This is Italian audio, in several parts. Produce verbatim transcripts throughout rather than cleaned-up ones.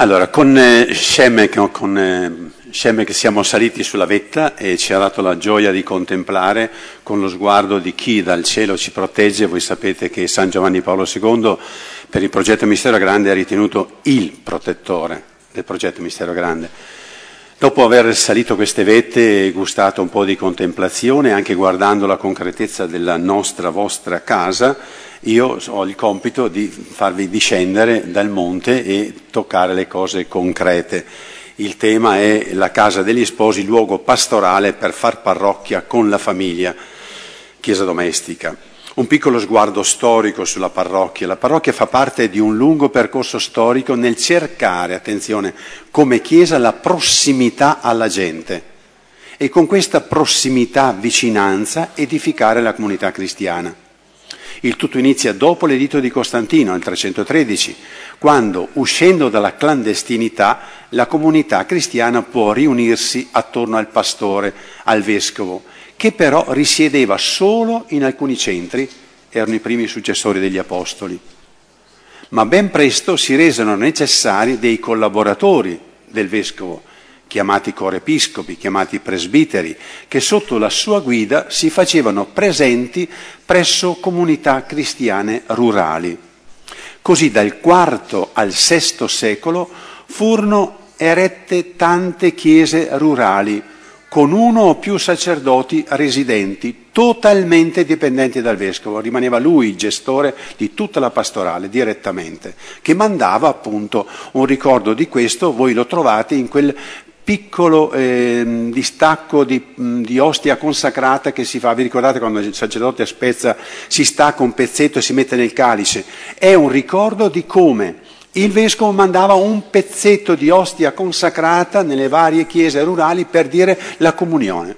Allora, con eh, Shemek, con eh, Shemek siamo saliti sulla vetta e ci ha dato la gioia di contemplare con lo sguardo di chi dal cielo ci protegge. Voi sapete che San Giovanni Paolo secondo per il progetto Mistero Grande ha ritenuto il protettore del progetto Mistero Grande. Dopo aver salito queste vette e gustato un po' di contemplazione, anche guardando la concretezza della nostra, vostra casa, io ho il compito di farvi discendere dal monte e toccare le cose concrete. Il tema è la casa degli sposi, luogo pastorale per far parrocchia con la famiglia, chiesa domestica. Un piccolo sguardo storico sulla parrocchia. La parrocchia fa parte di un lungo percorso storico nel cercare, attenzione, come chiesa la prossimità alla gente e con questa prossimità, vicinanza, edificare la comunità cristiana. Il tutto inizia dopo l'editto di Costantino, nel trecentotredici, quando, uscendo dalla clandestinità, la comunità cristiana può riunirsi attorno al pastore, al vescovo, che però risiedeva solo in alcuni centri, erano i primi successori degli apostoli. Ma ben presto si resero necessari dei collaboratori del vescovo, chiamati corepiscopi, chiamati presbiteri, che sotto la sua guida si facevano presenti presso comunità cristiane rurali. Così dal quarto al sesto secolo furono erette tante chiese rurali, con uno o più sacerdoti residenti, totalmente dipendenti dal vescovo. Rimaneva lui il gestore di tutta la pastorale direttamente, che mandava appunto un ricordo di questo. Voi lo trovate in quel piccolo eh, distacco di, di ostia consacrata che si fa. Vi ricordate quando il sacerdote spezza, si stacca un pezzetto e si mette nel calice? È un ricordo di come il vescovo mandava un pezzetto di ostia consacrata nelle varie chiese rurali per dire la comunione.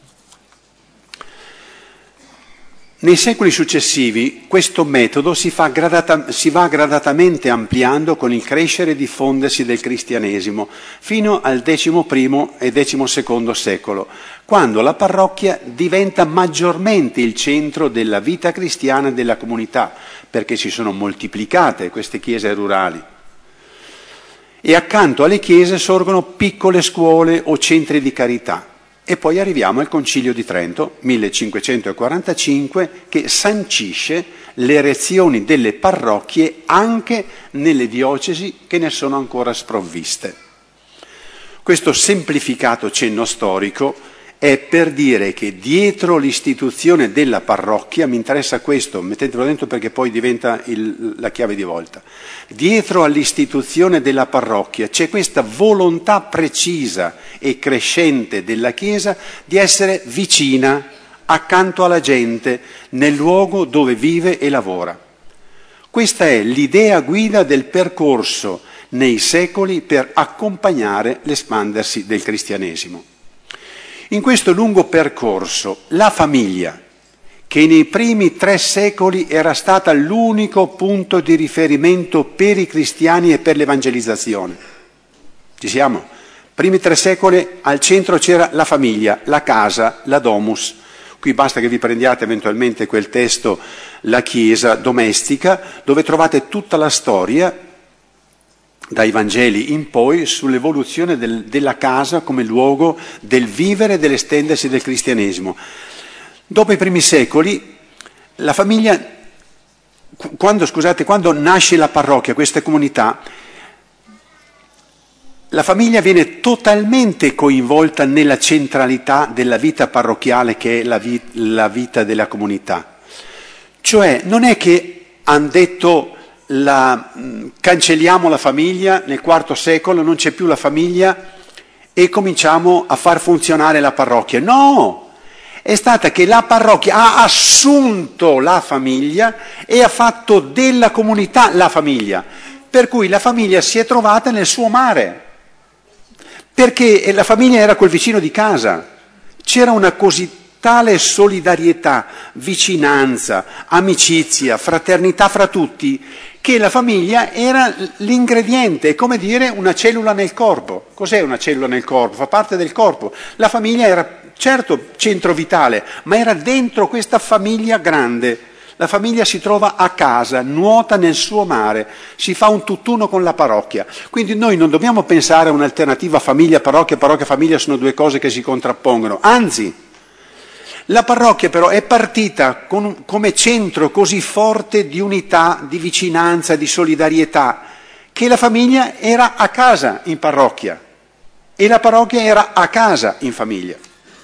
Nei secoli successivi questo metodo si, fa gradata, si va gradatamente ampliando con il crescere e diffondersi del cristianesimo fino al decimo primo e decimo secondo secolo, quando la parrocchia diventa maggiormente il centro della vita cristiana della comunità, perché si sono moltiplicate queste chiese rurali. E accanto alle chiese sorgono piccole scuole o centri di carità. E poi arriviamo al Concilio di Trento, millecinquecentoquarantacinque, che sancisce le erezioni delle parrocchie anche nelle diocesi che ne sono ancora sprovviste. Questo semplificato cenno storico è per dire che dietro l'istituzione della parrocchia, mi interessa questo, mettetelo dentro perché poi diventa il, la chiave di volta, dietro all'istituzione della parrocchia c'è questa volontà precisa e crescente della Chiesa di essere vicina, accanto alla gente, nel luogo dove vive e lavora. Questa è l'idea guida del percorso nei secoli per accompagnare l'espandersi del cristianesimo. In questo lungo percorso la famiglia, che nei primi tre secoli era stata l'unico punto di riferimento per i cristiani e per l'evangelizzazione. Ci siamo? Primi tre secoli al centro c'era la famiglia, la casa, la domus. Qui basta che vi prendiate eventualmente quel testo, la chiesa domestica, dove trovate tutta la storia dai Vangeli in poi sull'evoluzione del, della casa come luogo del vivere e dell'estendersi del cristianesimo. Dopo i primi secoli, la famiglia, quando, scusate, quando nasce la parrocchia, questa comunità, la famiglia viene totalmente coinvolta nella centralità della vita parrocchiale che è la, vi, la vita della comunità. Cioè, non è che hanno detto La, cancelliamo la famiglia, nel quarto secolo non c'è più la famiglia e cominciamo a far funzionare la parrocchia. No, è stata che la parrocchia ha assunto la famiglia e ha fatto della comunità la famiglia, per cui la famiglia si è trovata nel suo mare, perché la famiglia era quel vicino di casa, c'era una così tale solidarietà, vicinanza, amicizia, fraternità fra tutti, che la famiglia era l'ingrediente, è come dire una cellula nel corpo. Cos'è una cellula nel corpo? Fa parte del corpo. La famiglia era certo centro vitale, ma era dentro questa famiglia grande, La famiglia si trova a casa, nuota nel suo mare, si fa un tutt'uno con la parrocchia. Quindi noi non dobbiamo pensare a un'alternativa famiglia-parrocchia, parrocchia-famiglia sono due cose che si contrappongono. Anzi, la parrocchia però è partita con, come centro così forte di unità, di vicinanza, di solidarietà, che la famiglia era a casa in parrocchia e la parrocchia era a casa in famiglia.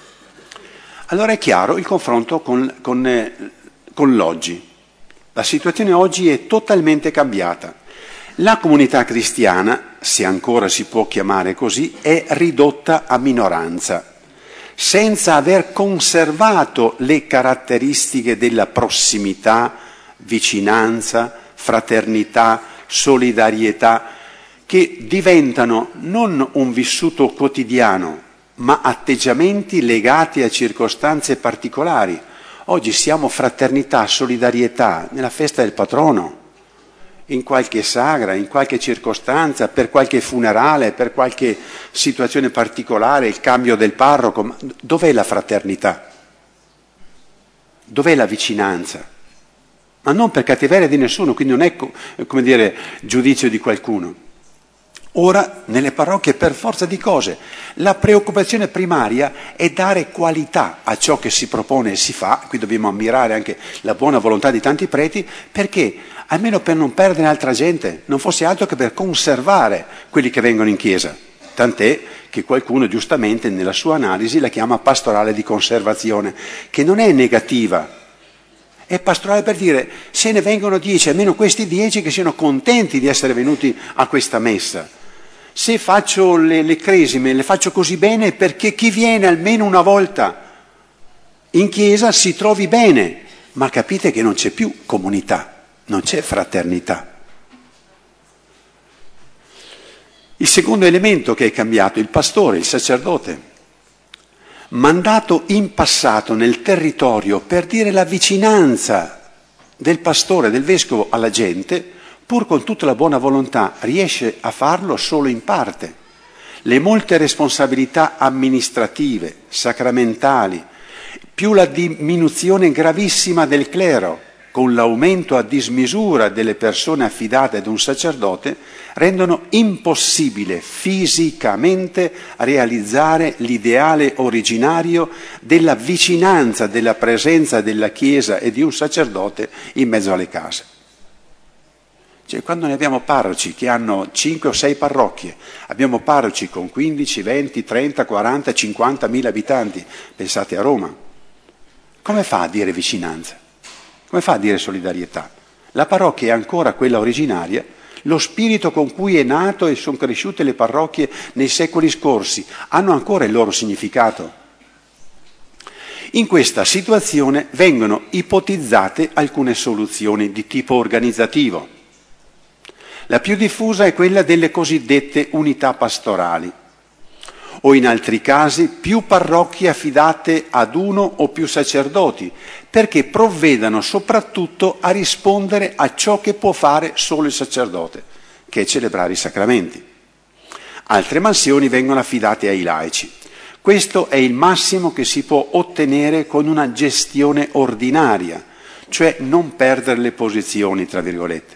Allora è chiaro il confronto con, con, eh, con l'oggi. La situazione oggi è totalmente cambiata. La comunità cristiana, se ancora si può chiamare così, è ridotta a minoranza, senza aver conservato le caratteristiche della prossimità, vicinanza, fraternità, solidarietà, che diventano non un vissuto quotidiano, ma atteggiamenti legati a circostanze particolari. Oggi siamo fraternità, solidarietà nella festa del patrono, in qualche sagra, in qualche circostanza, per qualche funerale, per qualche situazione particolare, il cambio del parroco. Ma dov'è la fraternità? Dov'è la vicinanza? Ma non per cattiveria di nessuno, quindi non è, come dire, giudizio di qualcuno. Ora, nelle parrocchie, per forza di cose, la preoccupazione primaria è dare qualità a ciò che si propone e si fa. Qui dobbiamo ammirare anche la buona volontà di tanti preti, perché, almeno per non perdere altra gente, non fosse altro che per conservare quelli che vengono in chiesa. Tant'è che qualcuno giustamente nella sua analisi la chiama pastorale di conservazione, che non è negativa. È pastorale per dire, se ne vengono dieci, almeno questi dieci che siano contenti di essere venuti a questa messa. Se faccio le, le cresime, le faccio così bene perché chi viene almeno una volta in chiesa si trovi bene, ma capite che non c'è più comunità, non c'è fraternità. Il secondo elemento che è cambiato, il pastore, il sacerdote, mandato in passato nel territorio per dire la vicinanza del pastore, del vescovo alla gente, pur con tutta la buona volontà, riesce a farlo solo in parte. Le molte responsabilità amministrative, sacramentali, più la diminuzione gravissima del clero, con l'aumento a dismisura delle persone affidate ad un sacerdote, rendono impossibile fisicamente realizzare l'ideale originario della vicinanza, della presenza della Chiesa e di un sacerdote in mezzo alle case. Cioè, quando ne abbiamo parroci che hanno cinque o sei parrocchie, abbiamo parroci con quindici, venti, trenta, quaranta, cinquanta mila abitanti, pensate a Roma, come fa a dire vicinanza? Come fa a dire solidarietà? La parrocchia è ancora quella originaria, lo spirito con cui è nato e sono cresciute le parrocchie nei secoli scorsi hanno ancora il loro significato. In questa situazione vengono ipotizzate alcune soluzioni di tipo organizzativo. La più diffusa è quella delle cosiddette unità pastorali, o in altri casi più parrocchie affidate ad uno o più sacerdoti, perché provvedano soprattutto a rispondere a ciò che può fare solo il sacerdote, che è celebrare i sacramenti. Altre mansioni vengono affidate ai laici. Questo è il massimo che si può ottenere con una gestione ordinaria, cioè non perdere le posizioni, tra virgolette.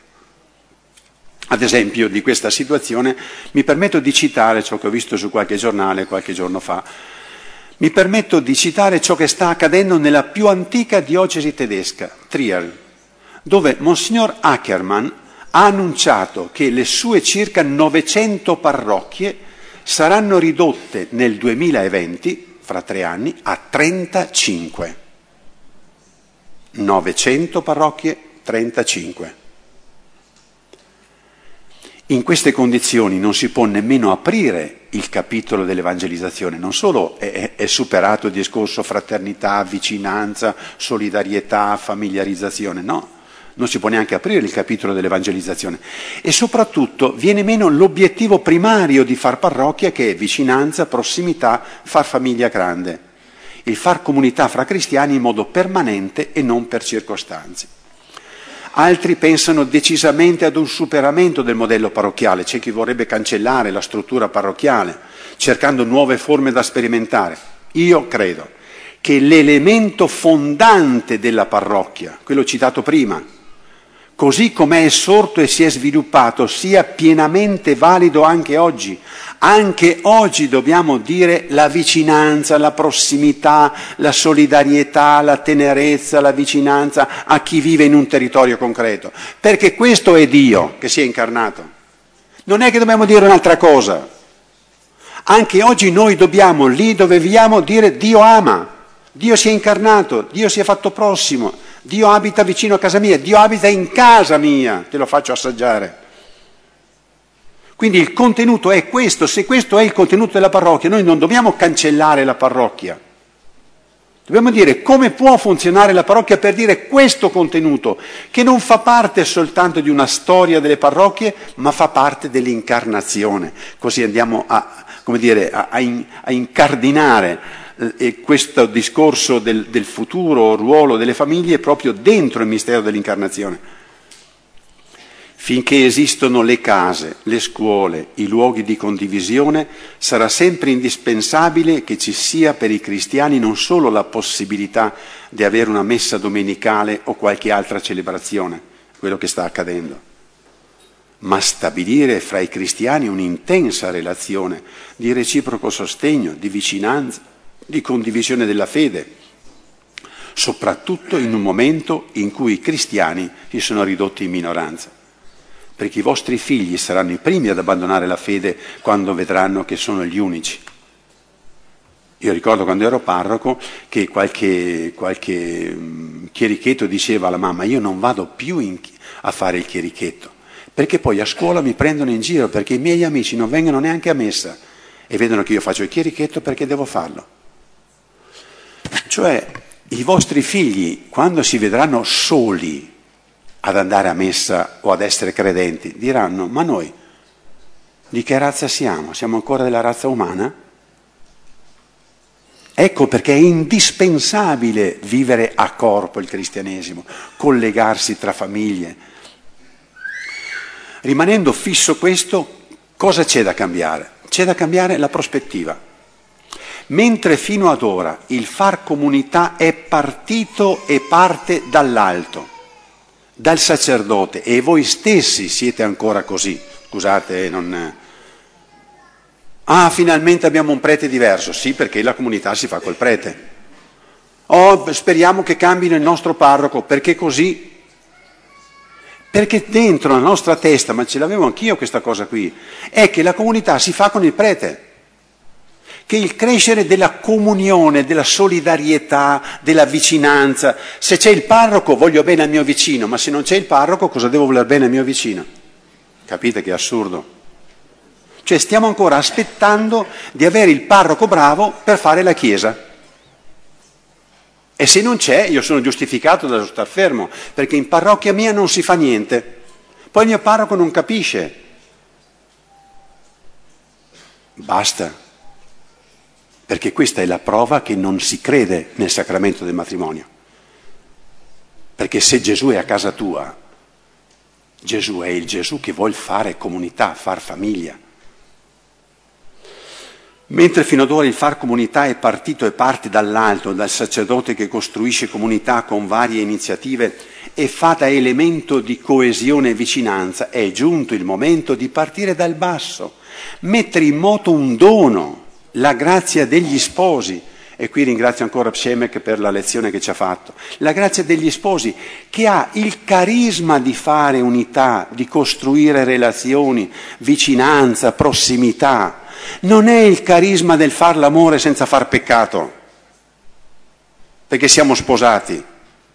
Ad esempio di questa situazione mi permetto di citare ciò che ho visto su qualche giornale qualche giorno fa. Mi permetto di citare ciò che sta accadendo nella più antica diocesi tedesca, Trier, dove Monsignor Ackermann ha annunciato che le sue circa novecento parrocchie saranno ridotte nel duemilaventi, fra tre anni, a trentacinque. novecento parrocchie, trentacinque. In queste condizioni non si può nemmeno aprire il capitolo dell'evangelizzazione, non solo è, è superato il discorso fraternità, vicinanza, solidarietà, familiarizzazione, no, non si può neanche aprire il capitolo dell'evangelizzazione e soprattutto viene meno l'obiettivo primario di far parrocchia, che è vicinanza, prossimità, far famiglia grande, il far comunità fra cristiani in modo permanente e non per circostanze. Altri pensano decisamente ad un superamento del modello parrocchiale, c'è chi vorrebbe cancellare la struttura parrocchiale, cercando nuove forme da sperimentare. Io credo che l'elemento fondante della parrocchia, quello citato prima, così come è sorto e si è sviluppato, sia pienamente valido anche oggi. Anche oggi dobbiamo dire la vicinanza, la prossimità, la solidarietà, la tenerezza, la vicinanza a chi vive in un territorio concreto, perché questo è Dio che si è incarnato. Non è che dobbiamo dire un'altra cosa. Anche oggi noi dobbiamo, lì dove viviamo, dire Dio ama, Dio si è incarnato, Dio si è fatto prossimo, Dio abita vicino a casa mia, Dio abita in casa mia, te lo faccio assaggiare. Quindi il contenuto è questo, se questo è il contenuto della parrocchia, noi non dobbiamo cancellare la parrocchia. Dobbiamo dire come può funzionare la parrocchia per dire questo contenuto, che non fa parte soltanto di una storia delle parrocchie, ma fa parte dell'incarnazione. Così andiamo a, come dire, a, a, in, a incardinare eh, questo discorso del, del futuro ruolo delle famiglie proprio dentro il mistero dell'incarnazione. Finché esistono le case, le scuole, i luoghi di condivisione, sarà sempre indispensabile che ci sia per i cristiani non solo la possibilità di avere una messa domenicale o qualche altra celebrazione, quello che sta accadendo, ma stabilire fra i cristiani un'intensa relazione di reciproco sostegno, di vicinanza, di condivisione della fede, soprattutto in un momento in cui i cristiani si sono ridotti in minoranza. Perché i vostri figli saranno i primi ad abbandonare la fede quando vedranno che sono gli unici. Io ricordo quando ero parroco che qualche, qualche chierichetto diceva alla mamma: io non vado più in, a fare il chierichetto, perché poi a scuola mi prendono in giro, perché i miei amici non vengono neanche a messa e vedono che io faccio il chierichetto perché devo farlo. Cioè, i vostri figli, quando si vedranno soli ad andare a messa o ad essere credenti, diranno: ma noi di che razza siamo? Siamo ancora della razza umana? Ecco perché è indispensabile vivere a corpo il cristianesimo, collegarsi tra famiglie. Rimanendo fisso questo, cosa c'è da cambiare? C'è da cambiare la prospettiva. Mentre fino ad ora il far comunità è partito e parte dall'alto, dal sacerdote, e voi stessi siete ancora così, scusate, non... Ah, finalmente abbiamo un prete diverso, sì, perché la comunità si fa col prete. Oh, speriamo che cambino il nostro parroco, perché così... Perché dentro la nostra testa, ma ce l'avevo anch'io questa cosa qui, è che la comunità si fa con il prete, che il crescere della comunione, della solidarietà, della vicinanza. Se c'è il parroco voglio bene al mio vicino, ma se non c'è il parroco cosa devo voler bene al mio vicino? Capite che è assurdo? Cioè stiamo ancora aspettando di avere il parroco bravo per fare la chiesa. E se non c'è, io sono giustificato da star fermo, perché in parrocchia mia non si fa niente. Poi il mio parroco non capisce. Basta. Perché questa è la prova che non si crede nel sacramento del matrimonio. Perché se Gesù è a casa tua, Gesù è il Gesù che vuol fare comunità, far famiglia. Mentre fino ad ora il far comunità è partito e parte dall'alto, dal sacerdote che costruisce comunità con varie iniziative e fa da elemento di coesione e vicinanza, è giunto il momento di partire dal basso, mettere in moto un dono, la grazia degli sposi. E qui ringrazio ancora Pshemek per la lezione che ci ha fatto. La grazia degli sposi, che ha il carisma di fare unità, di costruire relazioni, vicinanza, prossimità. Non è il carisma del far l'amore senza far peccato, perché siamo sposati.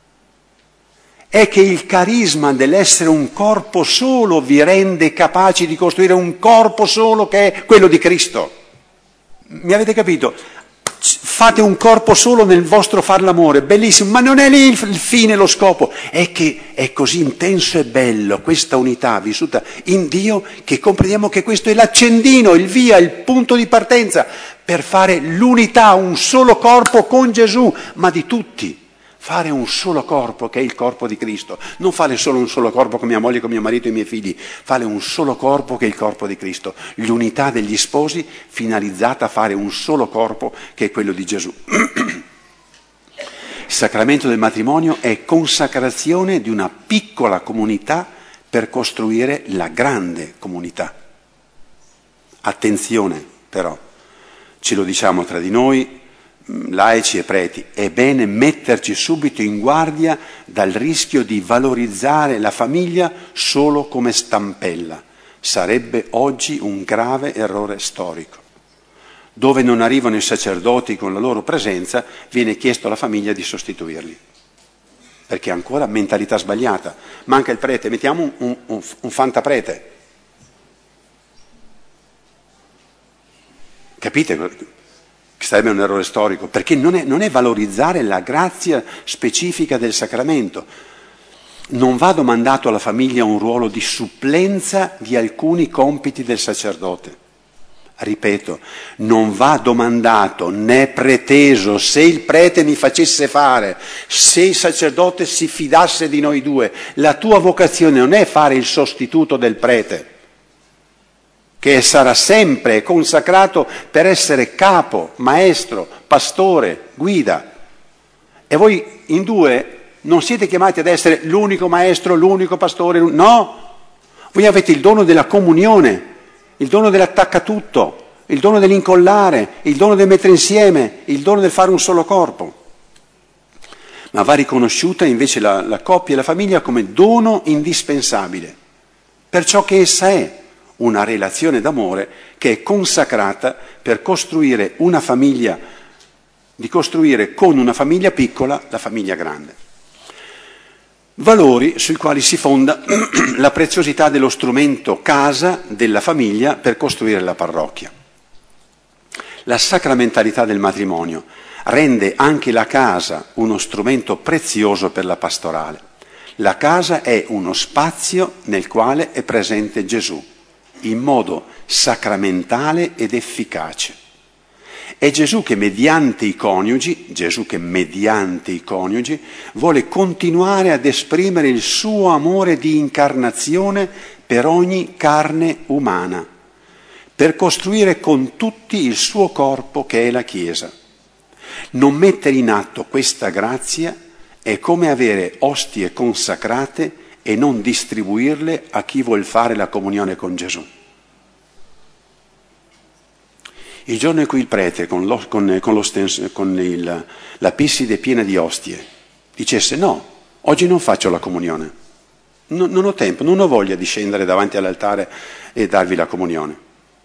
È che il carisma dell'essere un corpo solo vi rende capaci di costruire un corpo solo che è quello di Cristo. Mi avete capito? Fate un corpo solo nel vostro far l'amore, bellissimo, ma non è lì il fine, lo scopo, è che è così intenso e bello questa unità vissuta in Dio che comprendiamo che questo è l'accendino, il via, il punto di partenza per fare l'unità, un solo corpo con Gesù, ma di tutti. Fare un solo corpo che è il corpo di Cristo, non fare solo un solo corpo con mia moglie, con mio marito e i miei figli, fare un solo corpo che è il corpo di Cristo, l'unità degli sposi finalizzata a fare un solo corpo che è quello di Gesù. sacramento del matrimonio è consacrazione di una piccola comunità per costruire la grande comunità. Attenzione però, ce lo diciamo tra di noi, laici e preti, è bene metterci subito in guardia dal rischio di valorizzare la famiglia solo come stampella. Sarebbe oggi un grave errore storico. Dove non arrivano i sacerdoti con la loro presenza, viene chiesto alla famiglia di sostituirli. Perché è ancora mentalità sbagliata. Manca il prete, mettiamo un, un, un fantaprete. Capite? Che sarebbe un errore storico, perché non è, non è valorizzare la grazia specifica del sacramento. Non va domandato alla famiglia un ruolo di supplenza di alcuni compiti del sacerdote. Ripeto, non va domandato né preteso se il prete mi facesse fare, se il sacerdote si fidasse di noi due. La tua vocazione non è fare il sostituto del prete, che sarà sempre consacrato per essere capo, maestro, pastore, guida. E voi in due non siete chiamati ad essere l'unico maestro, l'unico pastore, no! Voi avete il dono della comunione, il dono dell'attaccatutto, il dono dell'incollare, il dono del mettere insieme, il dono del fare un solo corpo. Ma va riconosciuta invece la, la coppia e la famiglia come dono indispensabile per ciò che essa è, una relazione d'amore che è consacrata per costruire una famiglia, di costruire con una famiglia piccola la famiglia grande. Valori sui quali si fonda la preziosità dello strumento casa della famiglia per costruire la parrocchia. La sacramentalità del matrimonio rende anche la casa uno strumento prezioso per la pastorale. La casa è uno spazio nel quale è presente Gesù, in modo sacramentale ed efficace. È Gesù che mediante i coniugi, Gesù che mediante i coniugi vuole continuare ad esprimere il suo amore di incarnazione per ogni carne umana, per costruire con tutti il suo corpo che è la Chiesa. Non mettere in atto questa grazia è come avere ostie consacrate e non distribuirle a chi vuol fare la comunione con Gesù. Il giorno in cui il prete, con, lo, con, con, lo stens, con il, la pisside piena di ostie, dicesse no, oggi non faccio la comunione, no, non ho tempo, non ho voglia di scendere davanti all'altare e darvi la comunione.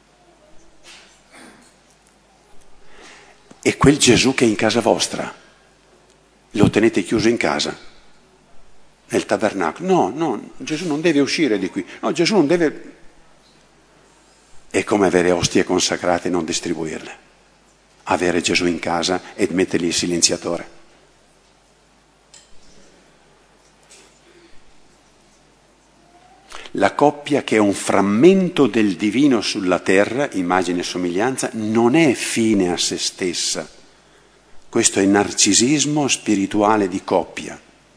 E quel Gesù che è in casa vostra, lo tenete chiuso in casa, nel tabernacolo. No, no, Gesù non deve uscire di qui, no, Gesù non deve... È come avere ostie consacrate e non distribuirle. Avere Gesù in casa e mettergli il silenziatore. La coppia che è un frammento del divino sulla terra, immagine e somiglianza, non è fine a se stessa. Questo è narcisismo spirituale di coppia.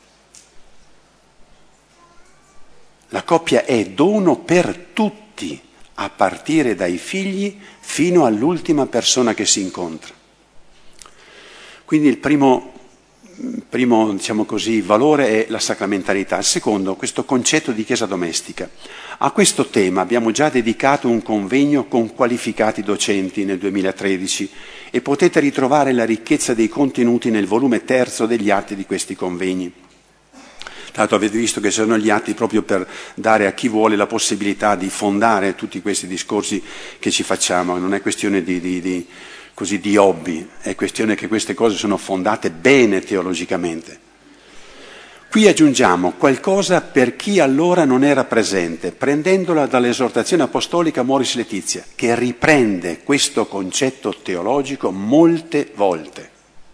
La coppia è dono per tutti, a partire dai figli fino all'ultima persona che si incontra. Quindi il primo, primo diciamo così, valore è la sacramentalità. Il secondo, questo concetto di chiesa domestica. A questo tema abbiamo già dedicato un convegno con qualificati docenti nel duemilatredici e potete ritrovare la ricchezza dei contenuti nel volume terzo degli atti di questi convegni. Tra l'altro avete visto che sono gli atti proprio per dare a chi vuole la possibilità di fondare tutti questi discorsi che ci facciamo. Non è questione di, di, di, così, di hobby, è questione che queste cose sono fondate bene teologicamente. Qui aggiungiamo qualcosa per chi allora non era presente, prendendola dall'esortazione apostolica Amoris Laetitia, che riprende questo concetto teologico molte volte.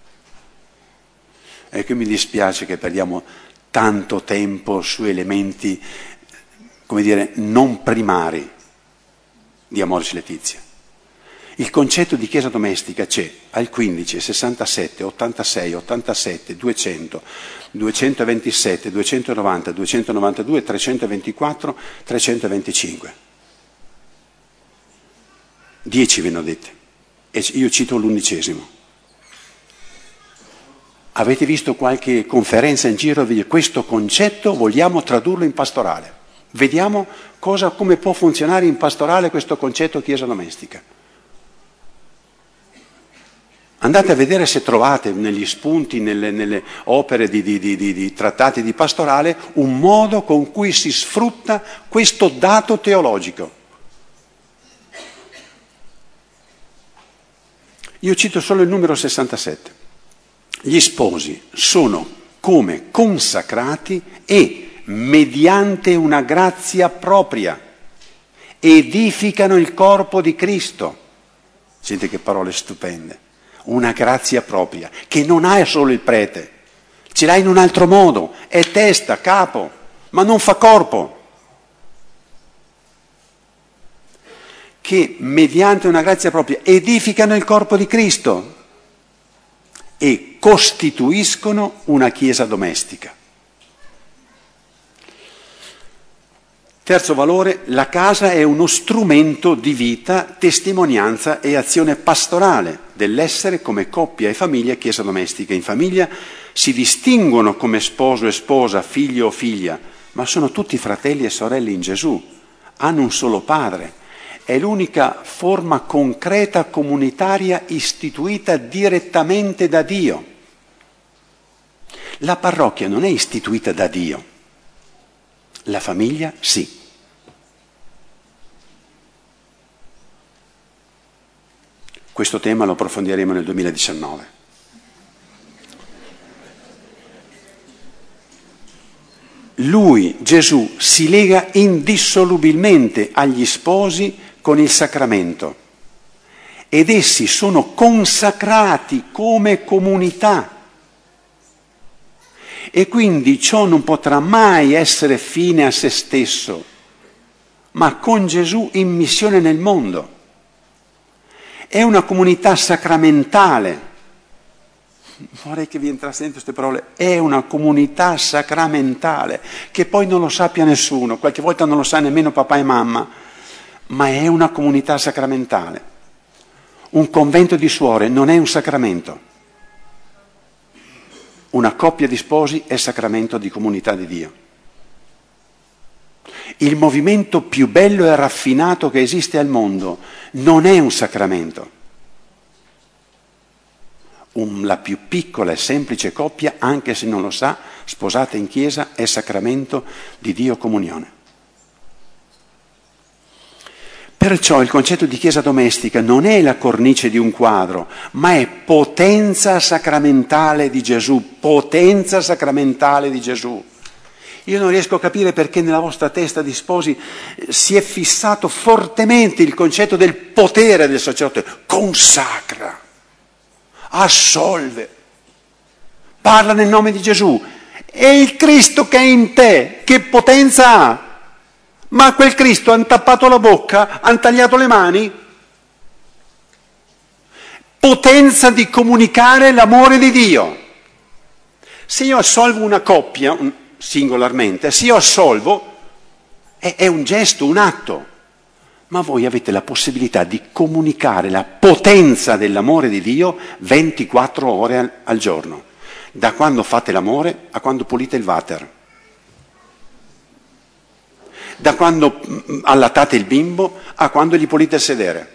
E qui mi dispiace che perdiamo tanto tempo su elementi, come dire, non primari di Amoris Laetitia. Il concetto di chiesa domestica c'è al quindici, sessantasette, ottantasei, ottantasette, duecento, duecentoventisette, duecentonovanta, duecentonovantadue, trecentoventiquattro, trecentoventicinque. Dieci ve ne ho dette, e io cito l'undicesimo. Avete visto qualche conferenza in giro? Questo concetto vogliamo tradurlo in pastorale. Vediamo cosa, come può funzionare in pastorale questo concetto chiesa domestica. Andate a vedere se trovate negli spunti, nelle, nelle opere di, di, di, di, di trattati di pastorale, un modo con cui si sfrutta questo dato teologico. Io cito solo il numero sessantasette. Gli sposi sono come consacrati e, mediante una grazia propria, edificano il corpo di Cristo. Sentite che parole stupende. Una grazia propria, che non ha solo il prete, ce l'ha in un altro modo, è testa, capo, ma non fa corpo. Che mediante una grazia propria edificano il corpo di Cristo e costituiscono una chiesa domestica. Terzo valore, la casa è uno strumento di vita, testimonianza e azione pastorale dell'essere come coppia e famiglia chiesa domestica. In famiglia si distinguono come sposo e sposa, figlio o figlia, ma sono tutti fratelli e sorelle in Gesù, hanno un solo padre. È l'unica forma concreta comunitaria istituita direttamente da Dio. La parrocchia non è istituita da Dio, la famiglia sì. Questo tema lo approfondiremo nel duemiladiciannove. Lui, Gesù, si lega indissolubilmente agli sposi con il sacramento ed essi sono consacrati come comunità e quindi ciò non potrà mai essere fine a se stesso, ma con Gesù in missione nel mondo. È una comunità sacramentale. Vorrei che vi entrasse dentro queste parole. È una comunità sacramentale, che poi non lo sappia nessuno, qualche volta non lo sa nemmeno papà e mamma, ma è una comunità sacramentale. Un convento di suore non è un sacramento. Una coppia di sposi è sacramento di comunità di Dio. Il movimento più bello e raffinato che esiste al mondo non è un sacramento. Un, la più piccola e semplice coppia, anche se non lo sa, sposata in chiesa, è sacramento di Dio comunione. Perciò il concetto di chiesa domestica non è la cornice di un quadro, ma è potenza sacramentale di Gesù, potenza sacramentale di Gesù. Io non riesco a capire perché nella vostra testa di sposi si è fissato fortemente il concetto del potere del sacerdote. Consacra, assolve, parla nel nome di Gesù. È il Cristo che è in te, che potenza ha? Ma a quel Cristo hanno tappato la bocca, hanno tagliato le mani? Potenza di comunicare l'amore di Dio. Se io assolvo una coppia singolarmente, se io assolvo, è, è un gesto, un atto, ma voi avete la possibilità di comunicare la potenza dell'amore di Dio ventiquattro ore al, al giorno, da quando fate l'amore a quando pulite il water, da quando allattate il bimbo a quando gli pulite il sedere.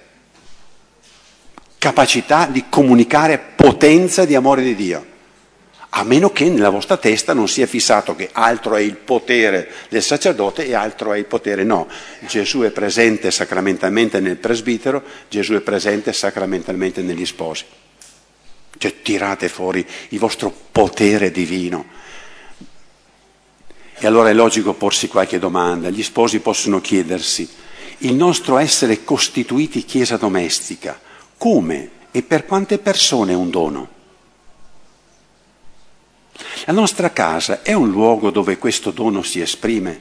Capacità di comunicare potenza di amore di Dio. A meno che nella vostra testa non sia fissato che altro è il potere del sacerdote e altro è il potere. No, Gesù è presente sacramentalmente nel presbitero, Gesù è presente sacramentalmente negli sposi. Cioè tirate fuori il vostro potere divino. E allora è logico porsi qualche domanda. Gli sposi possono chiedersi: il nostro essere costituiti chiesa domestica, come e per quante persone è un dono? La nostra casa è un luogo dove questo dono si esprime?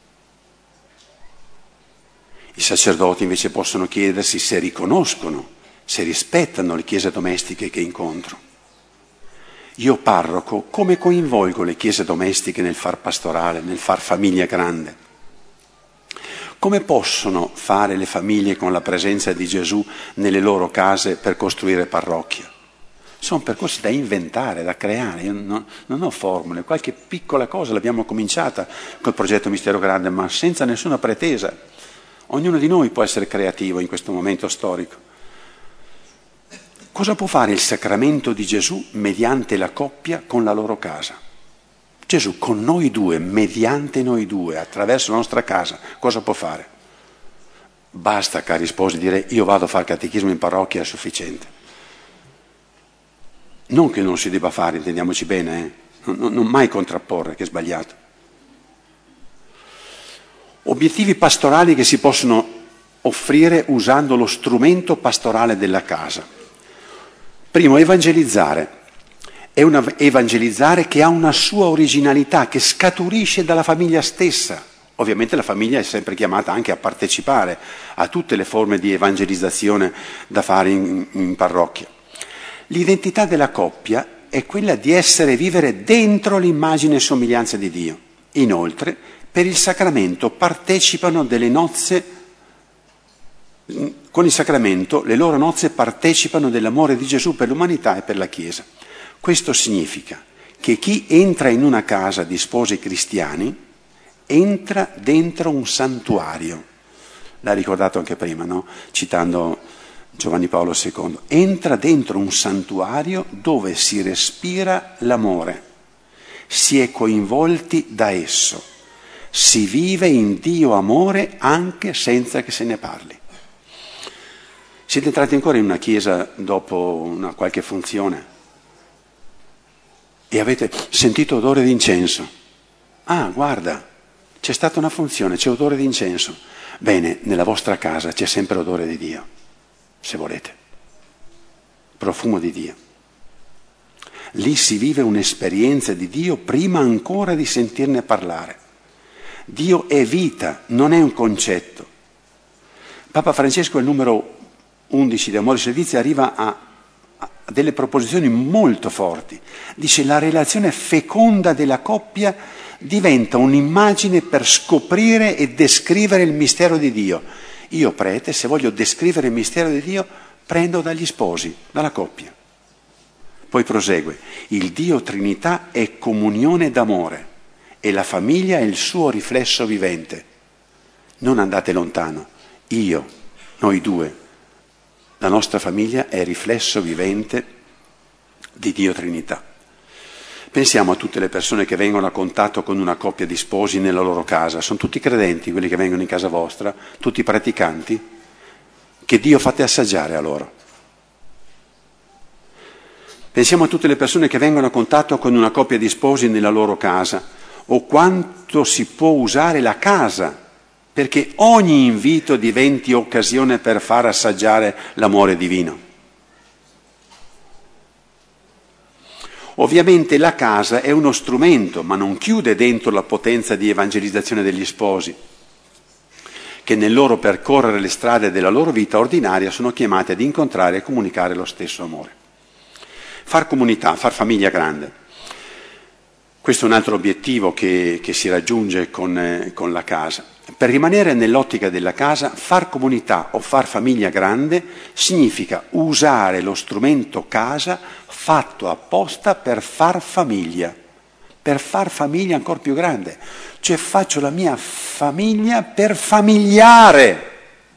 I sacerdoti invece possono chiedersi se riconoscono, se rispettano le chiese domestiche che incontro. Io parroco, come coinvolgo le chiese domestiche nel far pastorale, nel far famiglia grande? Come possono fare le famiglie con la presenza di Gesù nelle loro case per costruire parrocchia? sono percorsi da inventare, da creare. Io non, non ho formule, qualche piccola cosa l'abbiamo cominciata col progetto Mistero Grande, ma senza nessuna pretesa. Ognuno di noi può essere creativo in questo momento storico. Cosa può fare il sacramento di Gesù mediante la coppia con la loro casa? Gesù con noi due, mediante noi due, attraverso la nostra casa, cosa può fare? Basta, cari sposi, dire io vado a fare catechismo in parrocchia, è sufficiente. Non che non si debba fare, intendiamoci bene, eh? non, non mai contrapporre, che è sbagliato. Obiettivi pastorali che si possono offrire usando lo strumento pastorale della casa. Primo, evangelizzare. È un evangelizzare che ha una sua originalità, che scaturisce dalla famiglia stessa. Ovviamente la famiglia è sempre chiamata anche a partecipare a tutte le forme di evangelizzazione da fare in, in parrocchia. L'identità della coppia è quella di essere e vivere dentro l'immagine e somiglianza di Dio. Inoltre, per il sacramento partecipano delle nozze, con il sacramento le loro nozze partecipano dell'amore di Gesù per l'umanità e per la Chiesa. Questo significa che chi entra in una casa di sposi cristiani entra dentro un santuario. L'ha ricordato anche prima, no? Citando Giovanni Paolo secondo. Entra dentro un santuario dove si respira l'amore, si è coinvolti da esso, si vive in Dio amore anche senza che se ne parli. Siete entrati ancora in una chiesa dopo una qualche funzione e avete sentito odore di incenso? Ah, guarda, c'è stata una funzione, c'è odore di incenso. Bene, nella vostra casa c'è sempre odore di Dio, se volete, profumo di Dio. Lì si vive un'esperienza di Dio prima ancora di sentirne parlare. Dio è vita, non è un concetto. Papa Francesco, il numero undici di Amoris Laetitia, arriva a, a delle proposizioni molto forti. Dice: la relazione feconda della coppia diventa un'immagine per scoprire e descrivere il mistero di Dio. Io, prete, se voglio descrivere il mistero di Dio, prendo dagli sposi, dalla coppia. Poi prosegue: il Dio Trinità è comunione d'amore e la famiglia è il suo riflesso vivente. Non andate lontano. Io, noi due, la nostra famiglia è riflesso vivente di Dio Trinità. Pensiamo a tutte le persone che vengono a contatto con una coppia di sposi nella loro casa. Sono tutti credenti quelli che vengono in casa vostra, tutti praticanti. Che Dio fate assaggiare a loro. Pensiamo a tutte le persone che vengono a contatto con una coppia di sposi nella loro casa, o quanto si può usare la casa perché ogni invito diventi occasione per far assaggiare l'amore divino. Ovviamente la casa è uno strumento, ma non chiude dentro la potenza di evangelizzazione degli sposi, che nel loro percorrere le strade della loro vita ordinaria sono chiamati ad incontrare e comunicare lo stesso amore. Far comunità, far famiglia grande. Questo è un altro obiettivo che, che si raggiunge con, eh, con la casa. Per rimanere nell'ottica della casa, far comunità o far famiglia grande significa usare lo strumento casa fatto apposta per far famiglia, per far famiglia ancora più grande. Cioè faccio la mia famiglia per famigliare.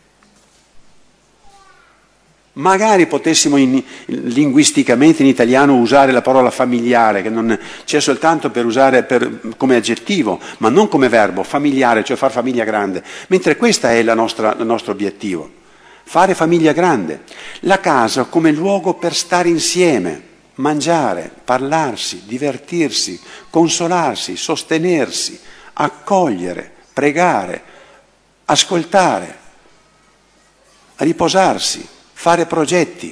Magari potessimo in, linguisticamente in italiano usare la parola familiare, che non c'è soltanto per usare per, come aggettivo, ma non come verbo, familiare, cioè far famiglia grande. Mentre questo è la nostra, il nostro obiettivo, fare famiglia grande. La casa come luogo per stare insieme, mangiare, parlarsi, divertirsi, consolarsi, sostenersi, accogliere, pregare, ascoltare, riposarsi, fare progetti.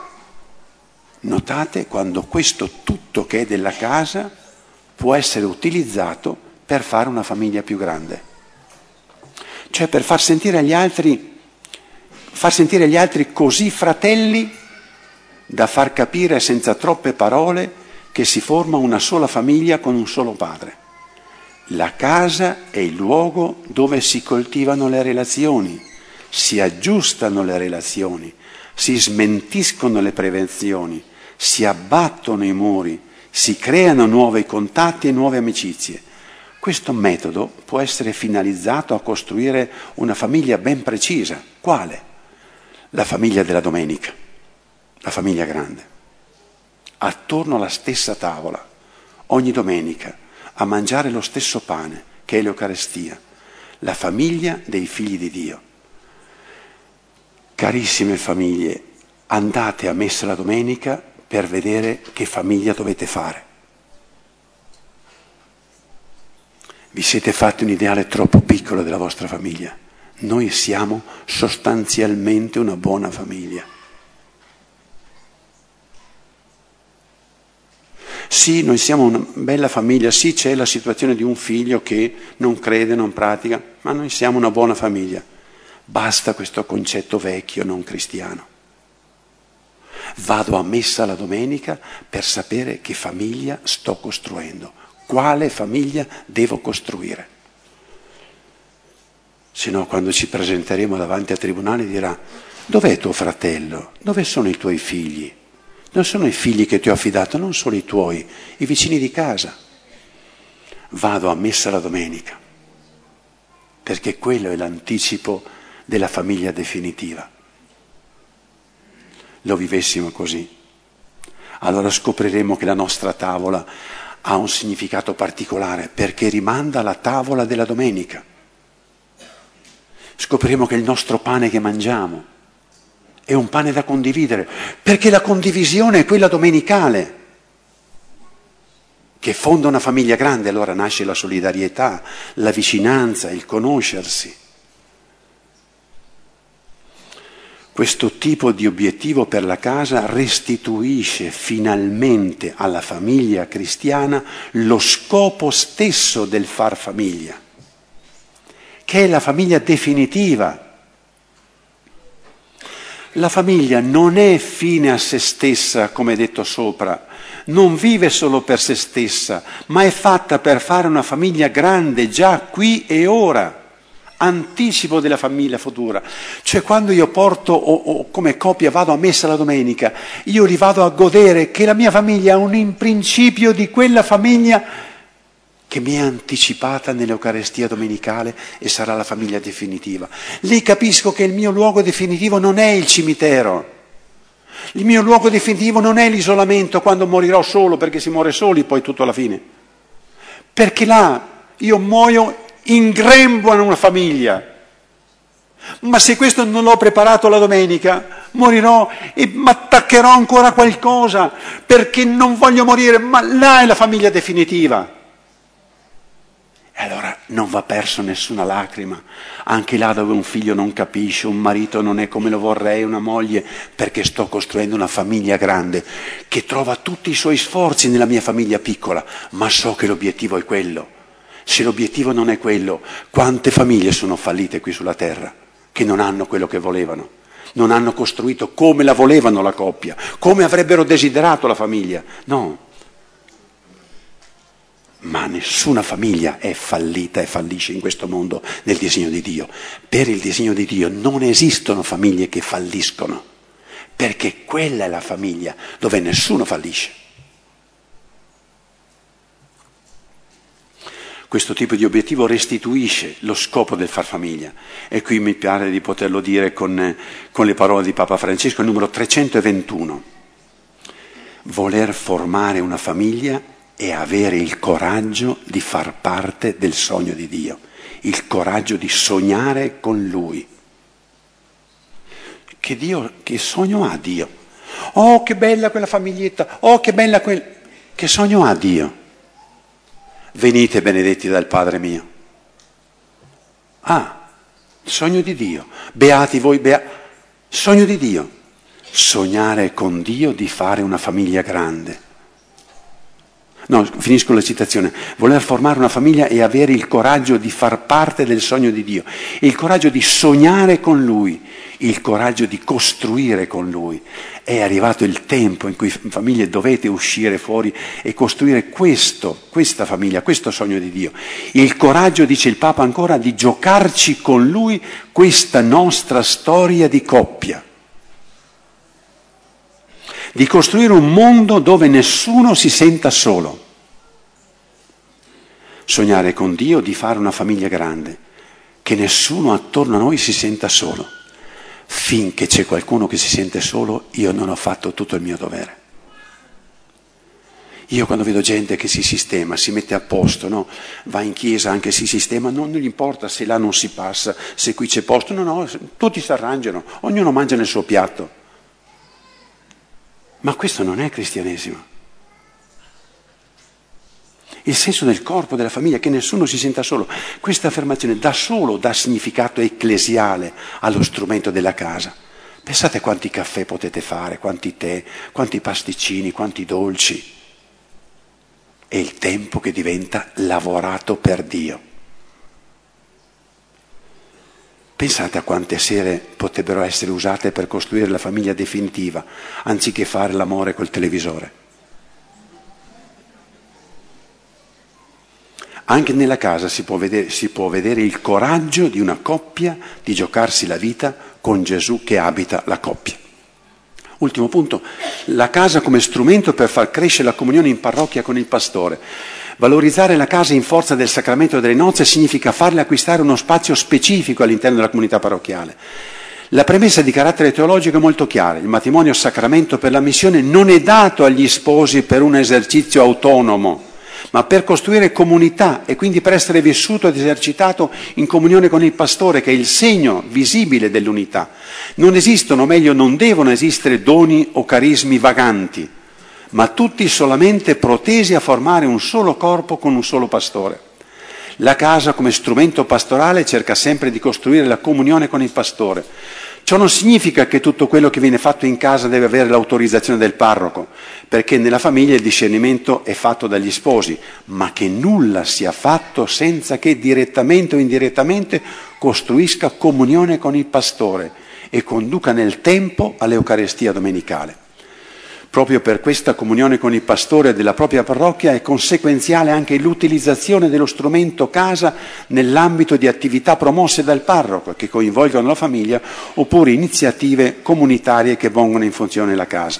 Notate quando questo tutto che è della casa può essere utilizzato per fare una famiglia più grande. Cioè per far sentire agli altri, far sentire agli altri così fratelli da far capire senza troppe parole che si forma una sola famiglia con un solo padre. La casa è il luogo dove si coltivano le relazioni, si aggiustano le relazioni, si smentiscono le prevenzioni, si abbattono i muri, si creano nuovi contatti e nuove amicizie. Questo metodo può essere finalizzato a costruire una famiglia ben precisa. Quale? La famiglia della domenica, la famiglia grande. Attorno alla stessa tavola, ogni domenica, a mangiare lo stesso pane, che è l'Eucarestia, la famiglia dei figli di Dio. Carissime famiglie, andate a messa la domenica per vedere che famiglia dovete fare. Vi siete fatti un ideale troppo piccolo della vostra famiglia. Noi siamo sostanzialmente una buona famiglia. Sì, noi siamo una bella famiglia, sì, c'è la situazione di un figlio che non crede, non pratica, ma noi siamo una buona famiglia. Basta questo concetto vecchio, non cristiano. Vado a messa la domenica per sapere che famiglia sto costruendo, quale famiglia devo costruire. Se no, quando ci presenteremo davanti al tribunale dirà: dov'è tuo fratello? Dove sono i tuoi figli? Non sono i figli che ti ho affidato, non solo i tuoi, i vicini di casa. Vado a messa la domenica, perché quello è l'anticipo della famiglia definitiva. Lo vivessimo così, allora scopriremo che la nostra tavola ha un significato particolare, perché rimanda alla tavola della domenica. Scopriremo che il nostro pane che mangiamo è un pane da condividere, perché la condivisione è quella domenicale che fonda una famiglia grande. Allora nasce la solidarietà, la vicinanza, il conoscersi. Questo tipo di obiettivo per la casa restituisce finalmente alla famiglia cristiana lo scopo stesso del far famiglia, che è la famiglia definitiva. La famiglia non è fine a se stessa, come detto sopra, non vive solo per se stessa, ma è fatta per fare una famiglia grande già qui e ora, anticipo della famiglia futura. Cioè quando io porto o, o come coppia vado a messa la domenica, io li vado a godere che la mia famiglia è un principio di quella famiglia che mi è anticipata nell'Eucarestia domenicale e sarà la famiglia definitiva. Lì capisco che il mio luogo definitivo non è il cimitero, il mio luogo definitivo non è l'isolamento quando morirò solo, perché si muore soli poi tutto alla fine, perché là io muoio in grembo a una famiglia. Ma se questo non l'ho preparato la domenica, morirò e mi attaccherò ancora a qualcosa perché non voglio morire, ma là è la famiglia definitiva. E allora non va perso nessuna lacrima, anche là dove un figlio non capisce, un marito non è come lo vorrei, una moglie, perché sto costruendo una famiglia grande che trova tutti i suoi sforzi nella mia famiglia piccola, ma so che l'obiettivo è quello. Se l'obiettivo non è quello, quante famiglie sono fallite qui sulla terra, che non hanno quello che volevano, non hanno costruito come la volevano la coppia, come avrebbero desiderato la famiglia. No. Ma nessuna famiglia è fallita e fallisce in questo mondo nel disegno di Dio. Per il disegno di Dio non esistono famiglie che falliscono, perché quella è la famiglia dove nessuno fallisce. Questo tipo di obiettivo restituisce lo scopo del far famiglia. E qui mi pare di poterlo dire con, con le parole di Papa Francesco, il numero trecentoventuno. Voler formare una famiglia e avere il coraggio di far parte del sogno di Dio, il coraggio di sognare con Lui. Che Dio, che sogno ha Dio? Oh, che bella quella famiglietta, oh, che bella quel... Che sogno ha Dio? Venite benedetti dal Padre mio. Ah, sogno di Dio. Beati voi, bea... sogno di Dio. Sognare con Dio di fare una famiglia grande. No, finisco la citazione. Voler formare una famiglia e avere il coraggio di far parte del sogno di Dio, il coraggio di sognare con Lui, il coraggio di costruire con Lui. È arrivato il tempo in cui famiglie dovete uscire fuori e costruire questo, questa famiglia, questo sogno di Dio. Il coraggio, dice il Papa ancora, di giocarci con Lui questa nostra storia di coppia. di costruire un mondo dove nessuno si senta solo. Sognare con Dio di fare una famiglia grande, che nessuno attorno a noi si senta solo. Finché c'è qualcuno che si sente solo, io non ho fatto tutto il mio dovere. Io quando vedo gente che si sistema, si mette a posto, no? Va in chiesa anche si sistema, non, non gli importa se là non si passa, se qui c'è posto, no, no, tutti si arrangiano, ognuno mangia nel suo piatto. Ma questo non è cristianesimo. Il senso del corpo, della famiglia, che nessuno si senta solo. Questa affermazione da solo dà significato ecclesiale allo strumento della casa. Pensate quanti caffè potete fare, quanti tè, quanti pasticcini, quanti dolci. È il tempo che diventa lavorato per Dio. Pensate a quante sere potrebbero essere usate per costruire la famiglia definitiva, anziché fare l'amore col televisore. Anche nella casa si può vedere, si può vedere il coraggio di una coppia di giocarsi la vita con Gesù che abita la coppia. Ultimo punto, la casa come strumento per far crescere la comunione in parrocchia con il pastore. Valorizzare la casa in forza del sacramento delle nozze significa farle acquistare uno spazio specifico all'interno della comunità parrocchiale. La premessa di carattere teologico è molto chiara: il matrimonio sacramento per la missione non è dato agli sposi per un esercizio autonomo, ma per costruire comunità e quindi per essere vissuto ed esercitato in comunione con il pastore, che è il segno visibile dell'unità. Non esistono, o meglio non devono esistere doni o carismi vaganti, ma tutti solamente protesi a formare un solo corpo con un solo pastore. La casa come strumento pastorale cerca sempre di costruire la comunione con il pastore. Ciò non significa che tutto quello che viene fatto in casa deve avere l'autorizzazione del parroco, perché nella famiglia il discernimento è fatto dagli sposi, ma che nulla sia fatto senza che direttamente o indirettamente costruisca comunione con il pastore e conduca nel tempo all'Eucarestia domenicale. Proprio per questa comunione con il pastore della propria parrocchia è conseguenziale anche l'utilizzazione dello strumento casa nell'ambito di attività promosse dal parroco che coinvolgono la famiglia oppure iniziative comunitarie che pongono in funzione la casa.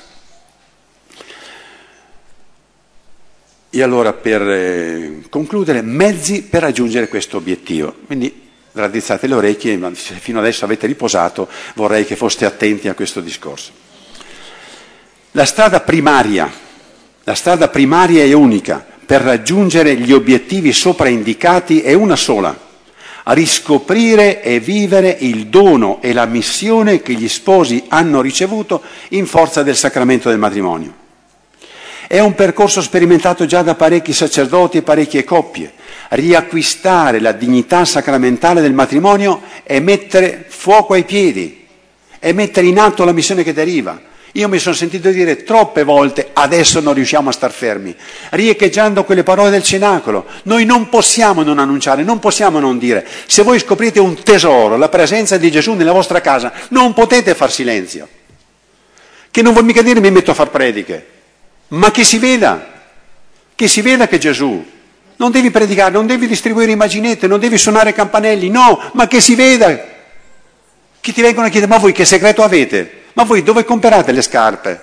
E allora per eh, concludere, mezzi per raggiungere questo obiettivo. Quindi raddrizzate le orecchie, ma se fino adesso avete riposato vorrei che foste attenti a questo discorso. La strada primaria, la strada primaria e unica per raggiungere gli obiettivi sopra indicati è una sola: a riscoprire e vivere il dono e la missione che gli sposi hanno ricevuto in forza del sacramento del matrimonio. È un percorso sperimentato già da parecchi sacerdoti e parecchie coppie. Riacquistare la dignità sacramentale del matrimonio è mettere fuoco ai piedi, è mettere in atto la missione che deriva. Io mi sono sentito dire troppe volte: adesso non riusciamo a star fermi, riecheggiando quelle parole del cenacolo. Noi non possiamo non annunciare, non possiamo non dire. Se voi scoprite un tesoro, la presenza di Gesù nella vostra casa, non potete far silenzio. Che non vuol mica dire mi metto a far prediche, ma che si veda, che si veda che Gesù. Non devi predicare, non devi distribuire immaginette, non devi suonare campanelli, no, ma che si veda. Chi ti vengono a chiedere: ma voi che segreto avete? Ma voi dove comprate le scarpe?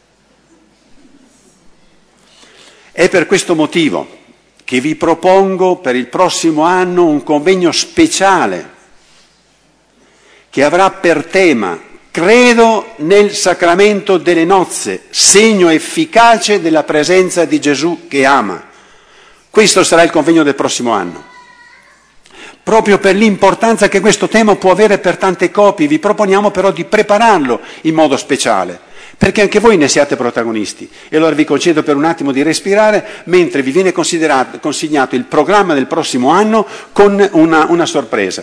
È per questo motivo che vi propongo per il prossimo anno un convegno speciale che avrà per tema: credo nel sacramento delle nozze, segno efficace della presenza di Gesù che ama. Questo sarà il convegno del prossimo anno. Proprio per l'importanza che questo tema può avere per tante coppie, vi proponiamo però di prepararlo in modo speciale, perché anche voi ne siate protagonisti. E allora vi concedo per un attimo di respirare, mentre vi viene considerato, consegnato il programma del prossimo anno con una, una sorpresa.